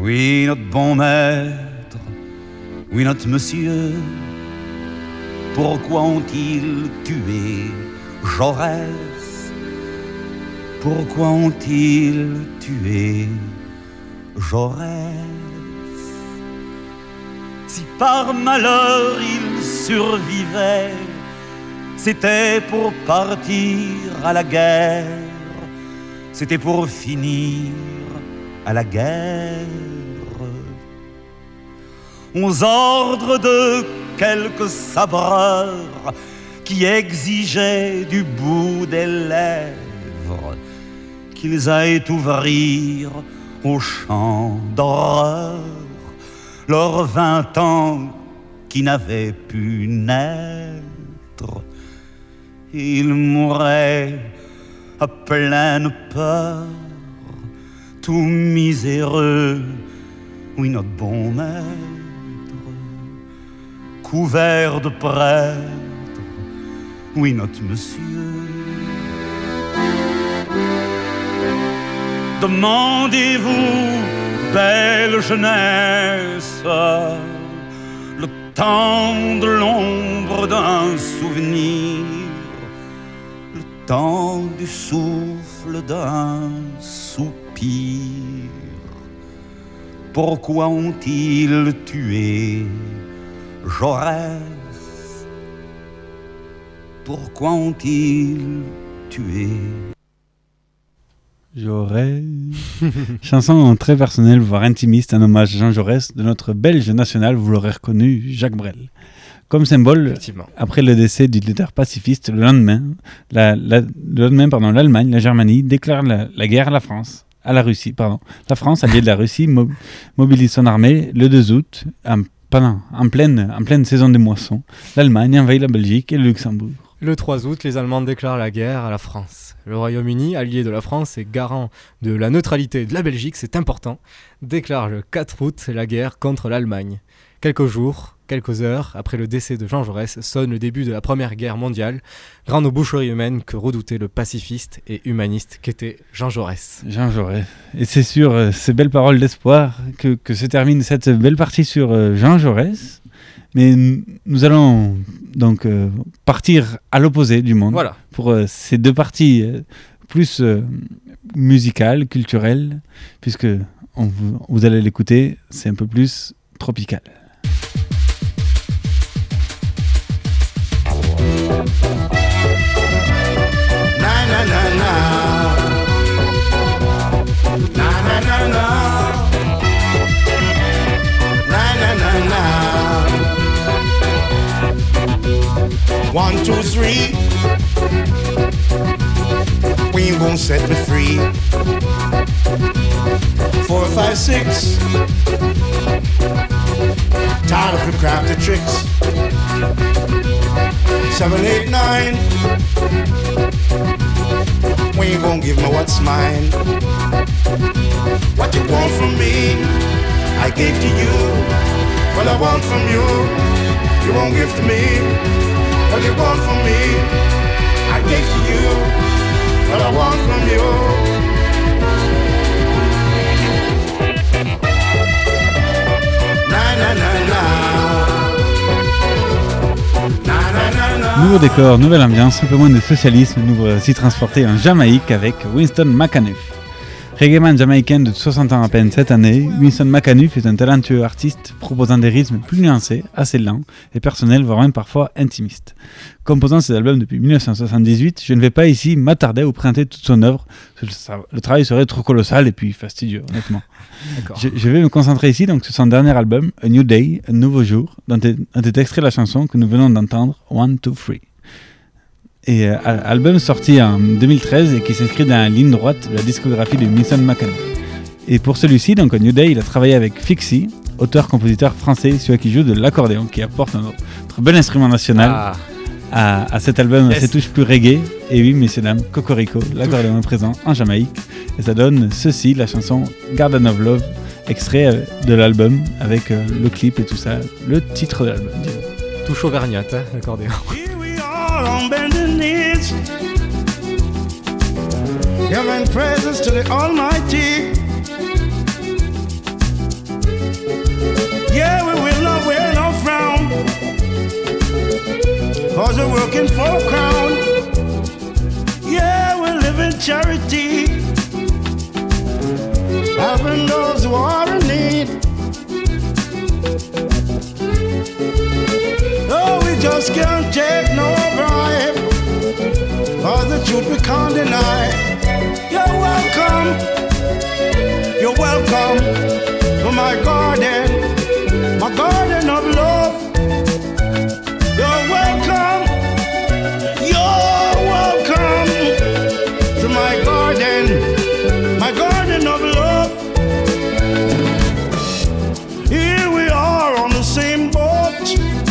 Oui, notre bon maître, oui, notre monsieur. Pourquoi ont-ils tué Jaurès? Pourquoi ont-ils tué Jaurès? Si par malheur il survivait, c'était pour partir à la guerre, c'était pour finir à la guerre. Aux ordres de quelques sabreurs qui exigeaient du bout des lèvres qu'ils aillent ouvrir au champ d'horreur leurs 20 ans qui n'avaient pu naître. Ils mouraient à pleine peur, tout miséreux, oui, notre bon maître, couvert de prêtres, oui, notre monsieur. Demandez-vous, belle jeunesse, le temps de l'ombre d'un souvenir, le temps du souffle d'un soupir. Pourquoi ont-ils tué Jaurès? Pourquoi ont-ils tué Jaurès? Chanson très personnelle, voire intimiste, un hommage à Jean Jaurès de notre Belge national, vous l'aurez reconnu, Jacques Brel. Comme symbole, après le décès du leader pacifiste, le lendemain, l'Allemagne, la Germanie déclarent la guerre à la France. À la Russie, pardon. La France, alliée de la Russie, mobilise son armée le 2 août, en pleine saison des moissons. L'Allemagne envahit la Belgique et le Luxembourg. Le 3 août, les Allemands déclarent la guerre à la France. Le Royaume-Uni, allié de la France et garant de la neutralité de la Belgique, c'est important, déclare le 4 août la guerre contre l'Allemagne. Quelques jours, quelques heures après le décès de Jean Jaurès, sonne le début de la Première Guerre mondiale, grande boucherie humaine que redoutait le pacifiste et humaniste qu'était Jean Jaurès. Jean Jaurès. Et c'est sur ces belles paroles d'espoir que se termine cette belle partie sur Jean Jaurès. Mais nous allons donc partir à l'opposé du monde, voilà, pour ces deux parties plus musicales, culturelles, puisque vous allez l'écouter, c'est un peu plus tropical. Na na na na, na na na na, na na na na. 1, 2, 3, we won't set me free. 4, 5, 6, tired of the crafty tricks. 7, 8, 9, we ain't gonna give me what's mine. What you want from me, I gave to you. What I want from you, you won't give to me. What you want from me, I gave to you. What I want from you. Na na na na. Nouveau décor, nouvelle ambiance, un peu moins de socialisme, nous voici transportés en Jamaïque avec Winston McAnuff. Reggaeman jamaïcain de 60 ans à peine cette année, Winston McAnuff est un talentueux artiste proposant des rythmes plus nuancés, assez lents et personnels, voire même parfois intimistes. Composant ses albums depuis 1978, je ne vais pas ici m'attarder ou présenter toute son œuvre, le travail serait trop colossal et puis fastidieux, honnêtement. Je vais me concentrer ici donc sur son dernier album, A New Day, un nouveau jour, dont est extrait la chanson que nous venons d'entendre, 1, 2, 3. Et album sorti en 2013 et qui s'inscrit dans la ligne droite de la discographie de Winston McAnuff. Et pour celui-ci, donc A New Day, il a travaillé avec Fixie, auteur-compositeur français, celui qui joue de l'accordéon, qui apporte notre bel instrument national à cet album, ses touches plus reggae. Et oui, messieurs dames, Cocorico, l'accordéon est présent en Jamaïque. Et ça donne ceci, la chanson Garden of Love, extrait de l'album avec le clip et tout ça, le titre de l'album. Touche auvergnate, hein, l'accordéon. On bending knees, giving praises to the Almighty. Yeah, we will not wear no frown, 'cause we're working for a crown. Yeah, we live in charity, helping those who are in need. Oh, we just can't take no bribe, 'cause the truth we can't deny. You're welcome to my garden of love. You're welcome to my garden of love. Here we are on the same boat,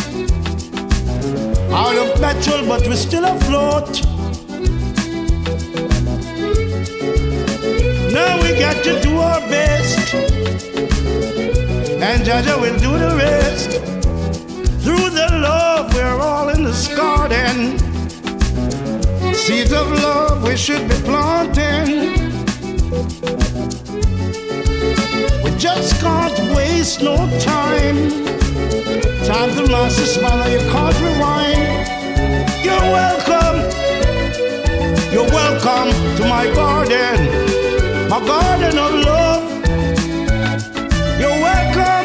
out of petrol but we're still afloat. Now we got to do our best, and Jaja will do the rest. Through the love we're all in this garden, seeds of love we should be planting. We just can't waste no time. Time's the master smile, you can't rewind. You're welcome to my garden of love. You're welcome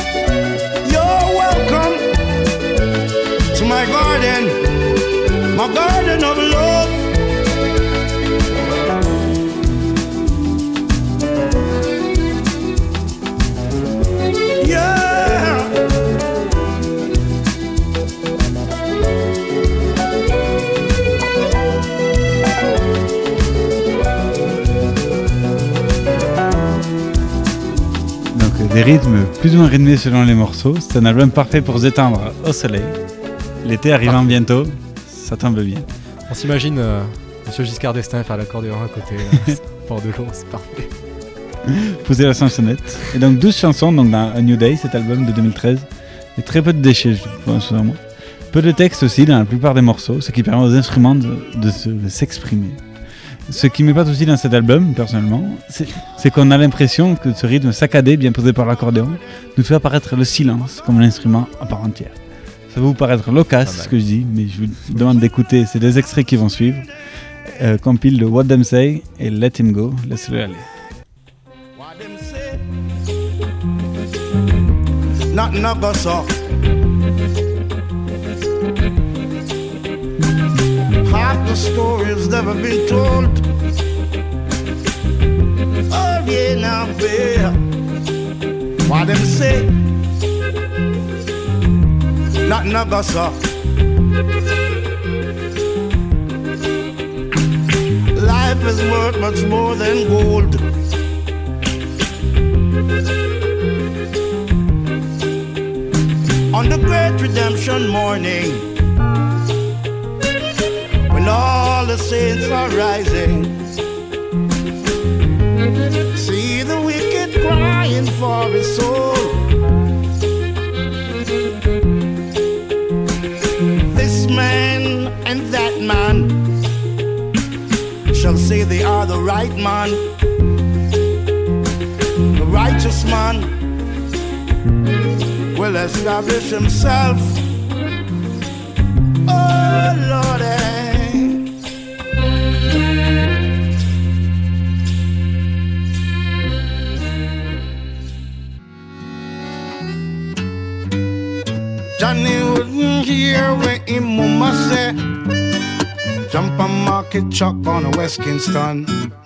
to my garden of love. Yeah. Des rythmes plus ou moins rythmés selon les morceaux. C'est un album parfait pour s'étendre au soleil. L'été arrivant bientôt, ça tombe bien. On s'imagine Monsieur Giscard d'Estaing faire l'accordéon à côté, bord de l'eau, c'est parfait. Poser la chansonnette. Et donc 12 chansons donc dans A New Day, cet album de 2013. Et très peu de déchets, je pense, selon moi. Peu de texte aussi dans la plupart des morceaux, ce qui permet aux instruments de s'exprimer. Ce qui m'épate aussi dans cet album, personnellement, c'est qu'on a l'impression que ce rythme saccadé, bien posé par l'accordéon, nous fait apparaître le silence comme l'instrument à part entière. Ça va vous paraître loquace, ce que je dis, mais je vous demande d'écouter ces deux extraits qui vont suivre. Compile de What Them Say et Let Him Go, laisse-le aller. Nothing I got soft. Half the story's never been told. Oh yeah, now bear. What them say? Nothing I got soft. Life is worth much more than gold. On the great redemption morning, when all the saints are rising, see the wicked crying for his soul. This man and that man shall say they are the right man, the righteous man will establish himself. Oh Lord, Johnny wouldn't hear what him mama said. Jump a market truck on a West Kingston,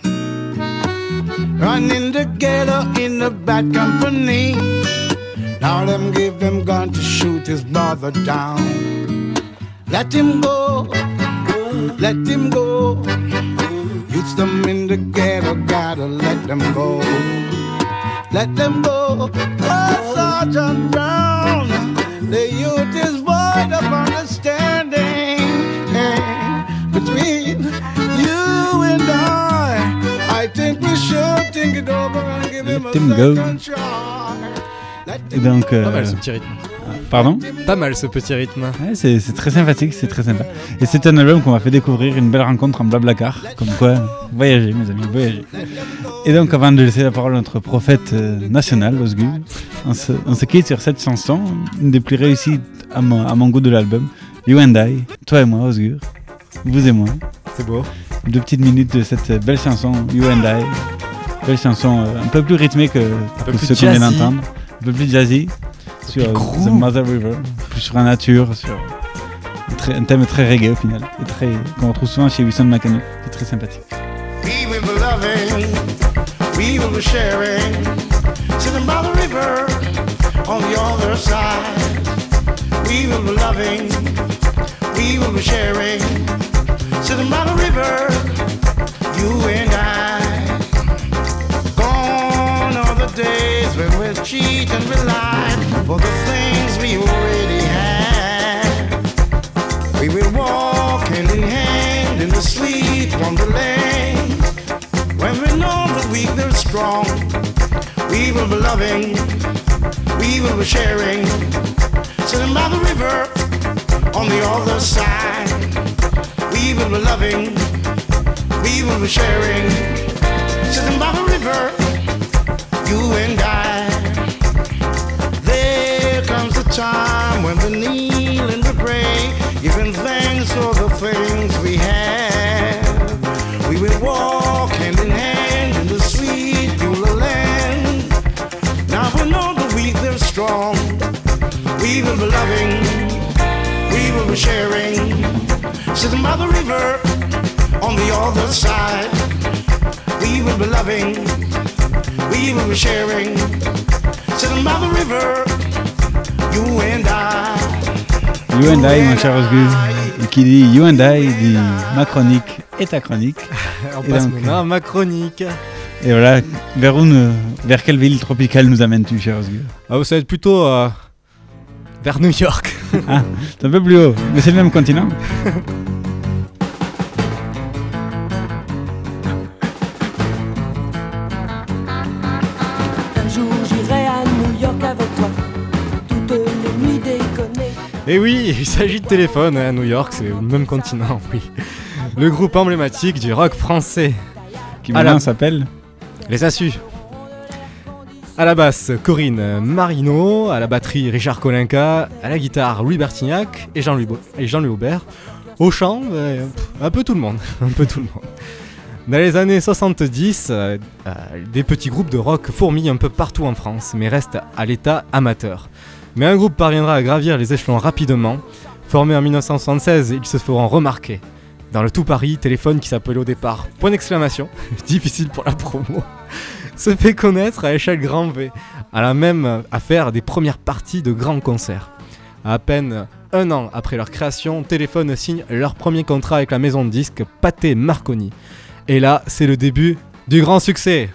running together in a bad company. Now them give him gun to shoot his brother down. Let him go, let him go. Youths them in the ghetto, gotta let them go. Let them go. Oh, Sergeant Brown, the youth is void of understanding. Between you and I think we should think it over and give him a second try. Et donc, pas mal ce petit rythme. Pardon ? Pas mal ce petit rythme. Ouais, c'est très sympathique, c'est très sympa. Et c'est un album qu'on m'a fait découvrir, une belle rencontre en Blablacar. Comme quoi, voyagez mes amis, voyagez. Et donc avant de laisser la parole à notre prophète national, Osgur, on se quitte sur cette chanson, une des plus réussies à mon goût de l'album, You and I, toi et moi Osgur, vous et moi. C'est beau. 2 petites minutes de cette belle chanson, You and I. Belle chanson un peu plus rythmée que ce qu'on vient d'entendre. Un peu plus jazzy. Sur The Mother River. Plus sur la nature, sur un thème très reggae au final. Et qu'on retrouve souvent chez Wilson Mechanic. C'est très sympathique. We will be loving, we will be sharing. Sitting by the river, on the other side. We will be loving, we will be sharing. Sitting by the river, you and I. Gone are the days when we cheat and we lie for the things we already had. We will walk hand in hand in the sweet wonderland. When we know the weak, they're strong. We will be loving, we will be sharing. Sitting by the river, on the other side. We will be loving, we will be sharing. Sitting by the river, you and I. There comes the time when we kneel and we pray, giving thanks for the things we have. We will walk hand in hand in the sweet Beulah land. Now we know the weak, they're strong. We will be loving, we will be sharing. Sitting by the river, on the other side. We will be loving, we will be sharing. Sitting by the river, you and I. You and I, mon cher Osgur. Et qui dit You and I, dit ma chronique et ta chronique. On passe maintenant à ma chronique. Et voilà, vers quelle ville tropicale nous amènes-tu, cher Osgur ? Ça va être plutôt vers New York. Ah, c'est un peu plus haut, mais c'est le même continent. Un jour j'irai à New York avec toi, toutes les nuits déconner. Et oui, il s'agit de Téléphone à New York, c'est le même continent, oui. Le groupe emblématique du rock français. Qui maintenant s'appelle Les Assus. À la basse, Corinne Marino, à la batterie, Richard Kolinka, à la guitare, Louis Bertignac et Jean-Louis Aubert. Au chant, un peu tout le monde, Dans les années 70, des petits groupes de rock fourmillent un peu partout en France, mais restent à l'état amateur. Mais un groupe parviendra à gravir les échelons rapidement. Formé en 1976, ils se feront remarquer. Dans le tout Paris, Téléphone, qui s'appelait au départ Point d'exclamation, difficile pour la promo, se fait connaître à échelle grand V, à faire des premières parties de grands concerts. À peine 1 an après leur création, Téléphone signe leur premier contrat avec la maison de disques Pathé Marconi. Et là, c'est le début du grand succès.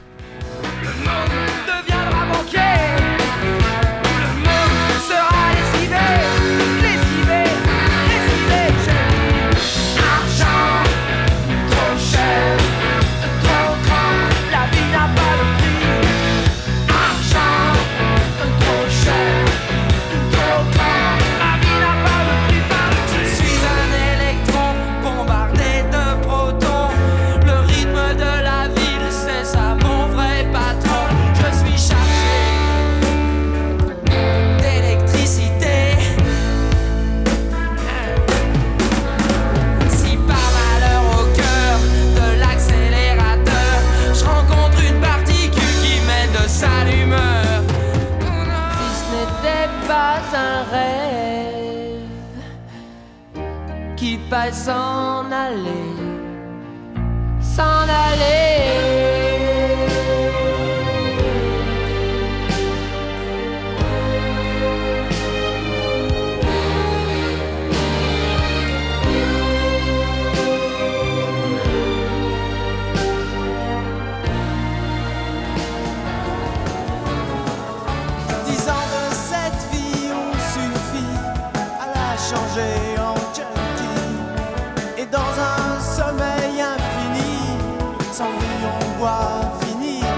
S'en aller, s'en aller.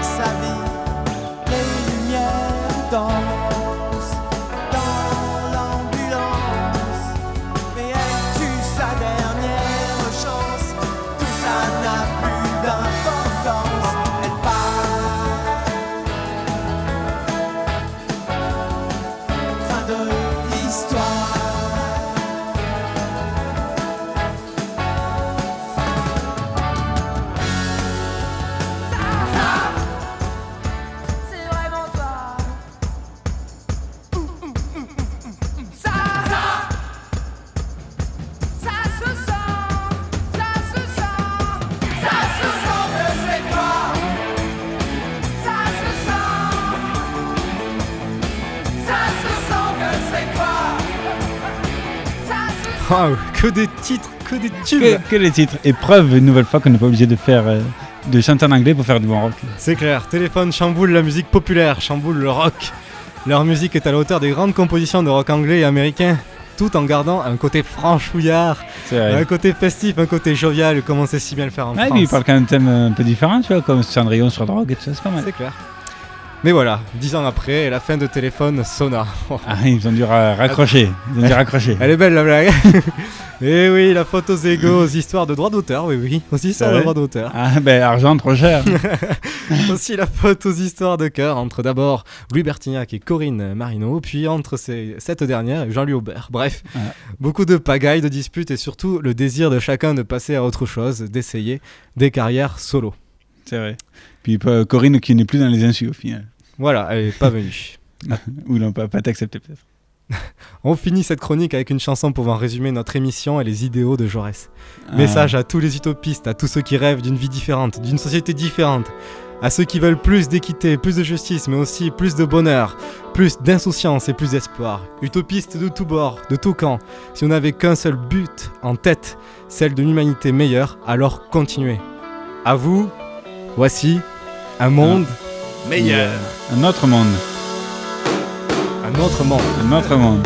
Dansent dans Wow, que des titres, que des tubes. Que les titres. Et preuve une nouvelle fois qu'on n'est pas obligé de faire de chanter en anglais pour faire du bon rock. C'est clair, Téléphone chamboule la musique populaire, chamboule le rock. Leur musique est à la hauteur des grandes compositions de rock anglais et américain, tout en gardant un côté franchouillard, un côté festif, un côté jovial, comme on sait si bien le faire en France. Lui, il parle quand même de thèmes un peu différents, tu vois, comme Cendrillon sur drogue et tout ça, c'est pas mal. C'est clair. Mais voilà, 10 ans après, la fin de Téléphone sonna. Ah, ils ont dû raccrocher. Elle est belle la blague. Et oui, la faute aux égos, aux histoires de droits d'auteur, oui, aux histoires de droits d'auteur. Ah ben, argent trop cher. Aussi la faute aux histoires de cœur entre d'abord Louis Bertignac et Corinne Marino, puis entre cette dernière et Jean-Louis Aubert. Bref, beaucoup de pagailles, de disputes et surtout le désir de chacun de passer à autre chose, d'essayer des carrières solo. C'est vrai. Puis Corinne qui n'est plus dans les insus au final. Voilà, elle n'est pas venue. Ou non, pas accepté peut-être. On finit cette chronique avec une chanson pouvant résumer notre émission et les idéaux de Jaurès. Message à tous les utopistes, à tous ceux qui rêvent d'une vie différente, d'une société différente, à ceux qui veulent plus d'équité, plus de justice, mais aussi plus de bonheur, plus d'insouciance et plus d'espoir. Utopistes de tous bords, de tous camps, si on n'avait qu'un seul but en tête, celle de l'humanité meilleure, alors continuez. À vous, voici un monde meilleur. Un autre monde. Un autre monde. Un autre monde.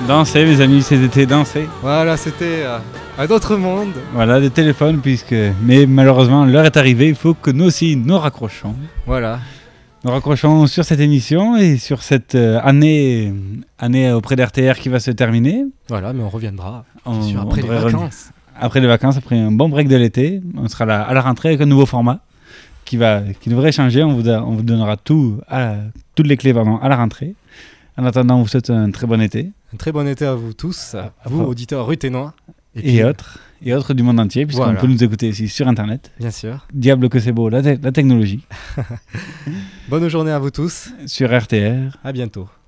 Dansez, mes amis, c'était danser. Voilà, c'était un autre monde. Voilà, des téléphones, mais malheureusement, l'heure est arrivée. Il faut que nous aussi nous raccrochons. Voilà. Nous raccrochons sur cette émission et sur cette année auprès d'RTR qui va se terminer. Voilà, mais on reviendra après les vacances. Après les vacances, après un bon break de l'été, on sera là à la rentrée avec un nouveau format qui devrait changer. On vous donnera toutes les clés à la rentrée. En attendant, on vous souhaite un très bon été. Un très bon été à vous tous, vous auditeurs ruténois. Et autres du monde entier, puisqu'on peut nous écouter ici sur Internet. Bien sûr. Diable que c'est beau, la technologie. Bonne journée à vous tous. Sur RTR. À bientôt.